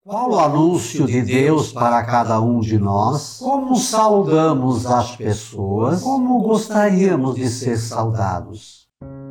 Qual o anúncio de Deus para cada um de nós? Como saudamos as pessoas? Como gostaríamos de ser saudados?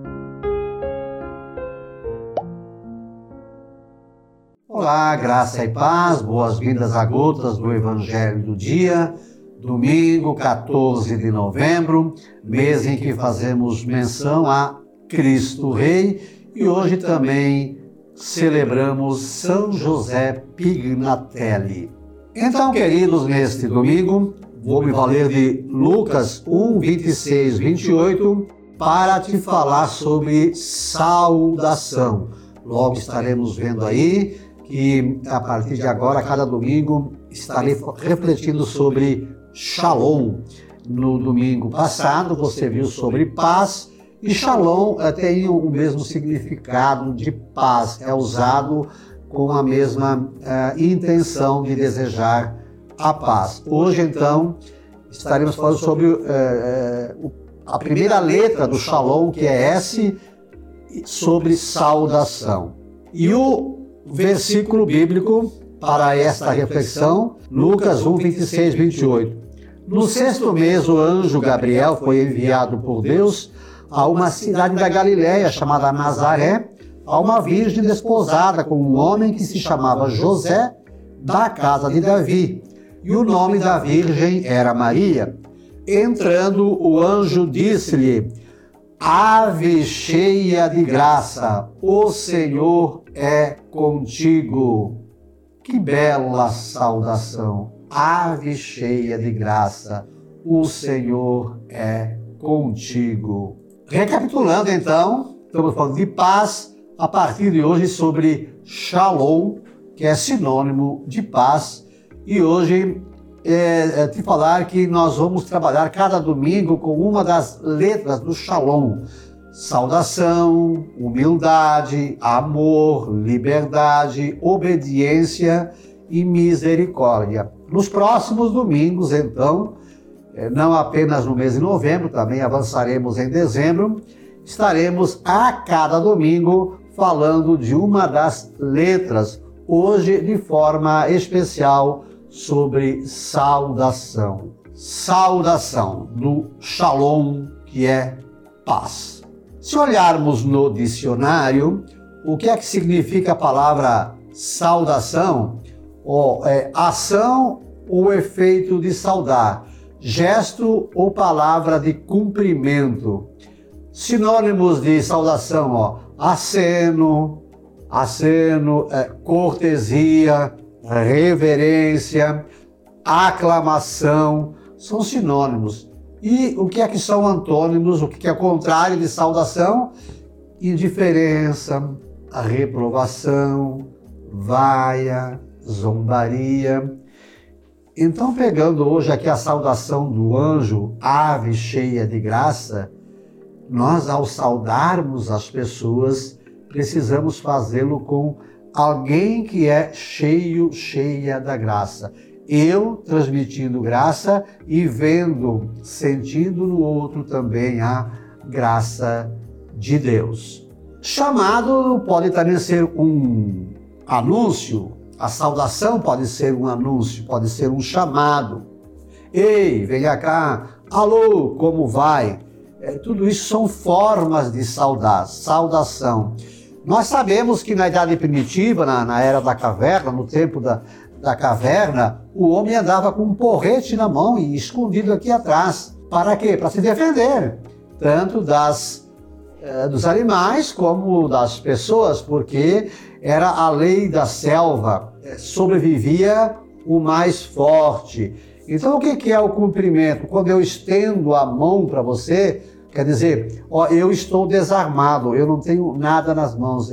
Olá, graça e paz, boas-vindas a Gotas do Evangelho do Dia, domingo 14 de novembro, mês em que fazemos menção a Cristo Rei, e hoje também celebramos São José Pignatelli. Então, queridos, neste domingo, vou me valer de Lucas 1, 26, 28, para te falar sobre saudação. Logo estaremos vendo aí que, a partir de agora, cada domingo, estarei refletindo sobre Shalom. No domingo passado, você viu sobre paz, e Shalom tem o mesmo significado de paz, é usado com a mesma intenção de desejar a paz. Hoje, então, estaremos falando sobre a primeira letra do Shalom, que é S, sobre saudação. E o versículo bíblico para esta reflexão, Lucas 1, 26, 28. No sexto mês, o anjo Gabriel foi enviado por Deus a uma cidade da Galiléia chamada Nazaré, a uma virgem desposada com um homem que se chamava José, da casa de Davi, e o nome da virgem era Maria. Entrando, o anjo disse-lhe: Ave cheia de graça, o Senhor é contigo. Que bela saudação! Ave cheia de graça, o Senhor é contigo. Recapitulando, então, estamos falando de paz a partir de hoje sobre Shalom, que é sinônimo de paz. E hoje te falar que nós vamos trabalhar cada domingo com uma das letras do Shalom: saudação, humildade, amor, liberdade, obediência e misericórdia. Nos próximos domingos, então, não apenas no mês de novembro, também avançaremos em dezembro, estaremos a cada domingo falando de uma das letras, hoje de forma especial sobre saudação. Saudação do Shalom, que é paz. Se olharmos no dicionário, o que é que significa a palavra saudação? Ação ou efeito de saudar, gesto ou palavra de cumprimento. Sinônimos de saudação, aceno, cortesia, reverência, aclamação, são sinônimos. E o que é que são antônimos? O que é o contrário de saudação? Indiferença, reprovação, vaia, zombaria. Então, pegando hoje aqui a saudação do anjo, ave cheia de graça, nós, ao saudarmos as pessoas, precisamos fazê-lo com alguém que é cheia da graça. Eu transmitindo graça e vendo, sentindo no outro também a graça de Deus. Chamado pode também ser um anúncio. A saudação pode ser um anúncio, pode ser um chamado. Ei, venha cá. Alô, como vai? Tudo isso são formas de saudar, saudação. Nós sabemos que na Idade Primitiva, na Era da Caverna, no tempo da caverna, o homem andava com um porrete na mão e escondido aqui atrás. Para quê? Para se defender, tanto dos animais como das pessoas, porque era a lei da selva, sobrevivia o mais forte. Então, o que é o cumprimento? Quando eu estendo a mão para você, quer dizer, eu estou desarmado, eu não tenho nada nas mãos,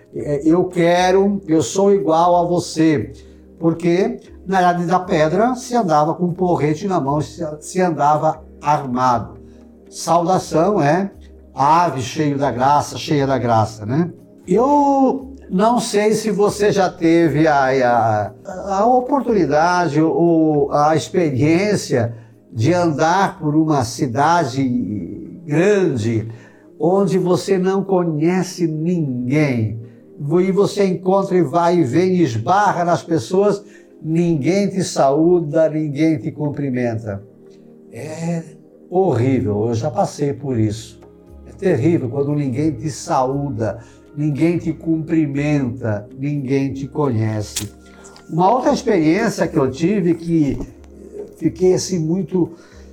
eu sou igual a você. Porque na Idade da Pedra se andava com um porrete na mão, se andava armado. Saudação é ave cheia da graça, né? Eu não sei se você já teve a oportunidade ou a experiência de andar por uma cidade grande onde você não conhece ninguém. e você encontra e vai e vem e esbarra nas pessoas, ninguém te saúda, ninguém te cumprimenta. É horrível, eu já passei por isso. É terrível quando ninguém te saúda, ninguém te cumprimenta, ninguém te conhece. Uma outra experiência que eu tive, que fiquei assim muito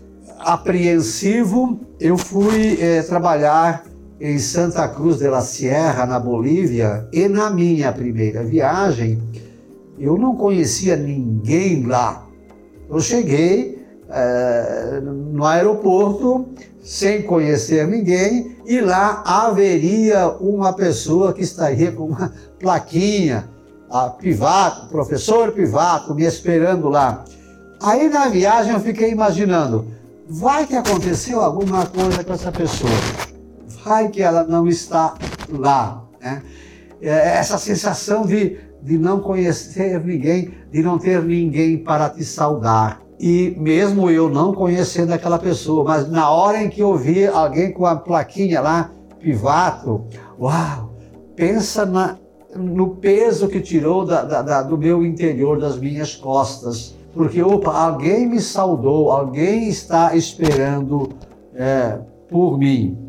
apreensivo, eu fui trabalhar em Santa Cruz de la Sierra, na Bolívia, e na minha primeira viagem, eu não conhecia ninguém lá. Eu cheguei no aeroporto sem conhecer ninguém e lá haveria uma pessoa que estaria com uma plaquinha, Pivato, professor Pivato, me esperando lá. Aí na viagem eu fiquei imaginando, vai que aconteceu alguma coisa com essa pessoa, vai que ela não está lá, né? Essa sensação de não conhecer ninguém, de não ter ninguém para te saudar. E mesmo eu não conhecendo aquela pessoa, mas na hora em que eu vi alguém com a plaquinha lá, Pivato, uau, pensa no peso que tirou do meu interior, das minhas costas. Porque, opa, alguém me saudou, alguém está esperando por mim.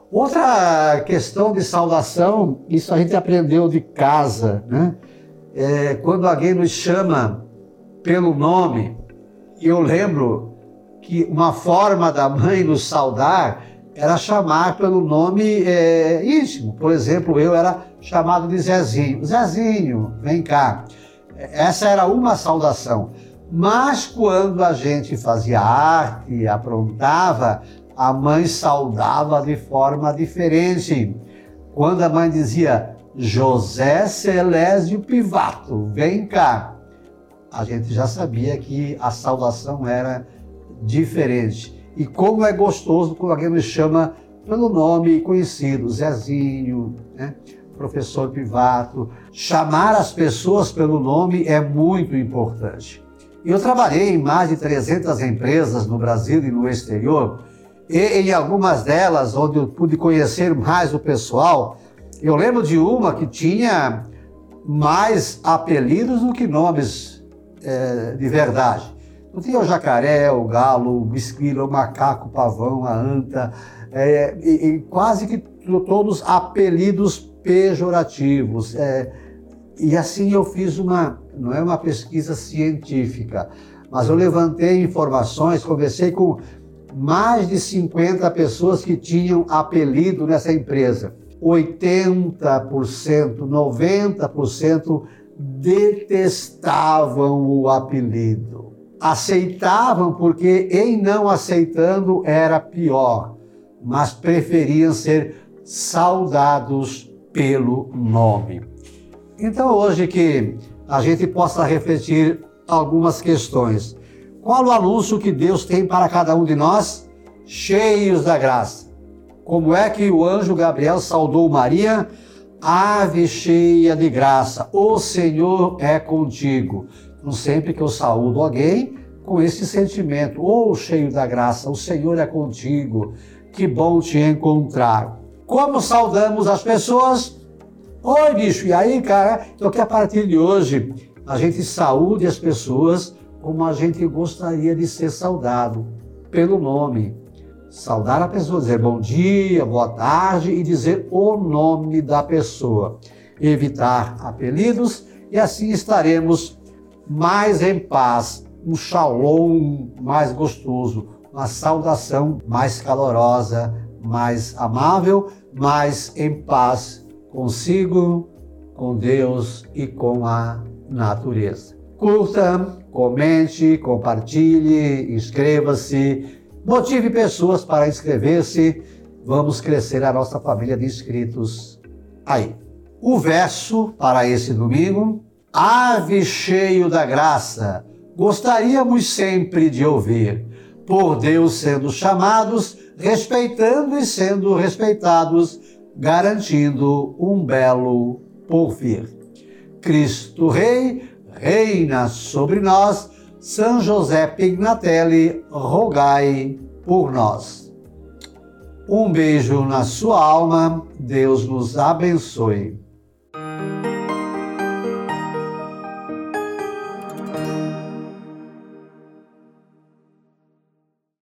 Outra questão de saudação, isso a gente aprendeu de casa, né? Quando alguém nos chama pelo nome, eu lembro que uma forma da mãe nos saudar era chamar pelo nome íntimo. Por exemplo, eu era chamado de Zezinho. Zezinho, vem cá. Essa era uma saudação. Mas quando a gente fazia arte, aprontava, a mãe saudava de forma diferente. Quando a mãe dizia, José Celésio Pivato, vem cá, a gente já sabia que a saudação era diferente. E como é gostoso quando alguém nos chama pelo nome conhecido, Zezinho, né? Professor Pivato. Chamar as pessoas pelo nome é muito importante. Eu trabalhei em mais de 300 empresas no Brasil e no exterior, e em algumas delas, onde eu pude conhecer mais o pessoal, eu lembro de uma que tinha mais apelidos do que nomes de verdade. Não tinha o jacaré, o galo, o esquilo, o macaco, o pavão, a anta, e quase que todos apelidos pejorativos. E assim eu fiz não é uma pesquisa científica, mas eu levantei informações, conversei com mais de 50 pessoas que tinham apelido nessa empresa. 80%, 90% detestavam o apelido. Aceitavam porque em não aceitando era pior, mas preferiam ser saudados pelo nome. Então hoje que a gente possa refletir algumas questões. Qual o anúncio que Deus tem para cada um de nós? Cheios da graça. Como é que o anjo Gabriel saudou Maria? Ave cheia de graça, o Senhor é contigo. Então sempre que eu saúdo alguém com esse sentimento, cheio da graça, o Senhor é contigo, que bom te encontrar. Como saudamos as pessoas? Oi, bicho, e aí, cara? Então que a partir de hoje a gente saúde as pessoas como a gente gostaria de ser saudado, pelo nome. Saudar a pessoa, dizer bom dia, boa tarde e dizer o nome da pessoa. Evitar apelidos e assim estaremos mais em paz, um shalom mais gostoso, uma saudação mais calorosa, mais amável, mais em paz consigo, com Deus e com a natureza. Curta, comente, compartilhe, inscreva-se, motive pessoas para inscrever-se. Vamos crescer a nossa família de inscritos aí. O verso para esse domingo: Ave cheio da graça, gostaríamos sempre de ouvir, por Deus sendo chamados, respeitando e sendo respeitados, garantindo um belo porvir. Cristo Rei reina sobre nós. São José Pignatelli, rogai por nós. Um beijo na sua alma. Deus nos abençoe.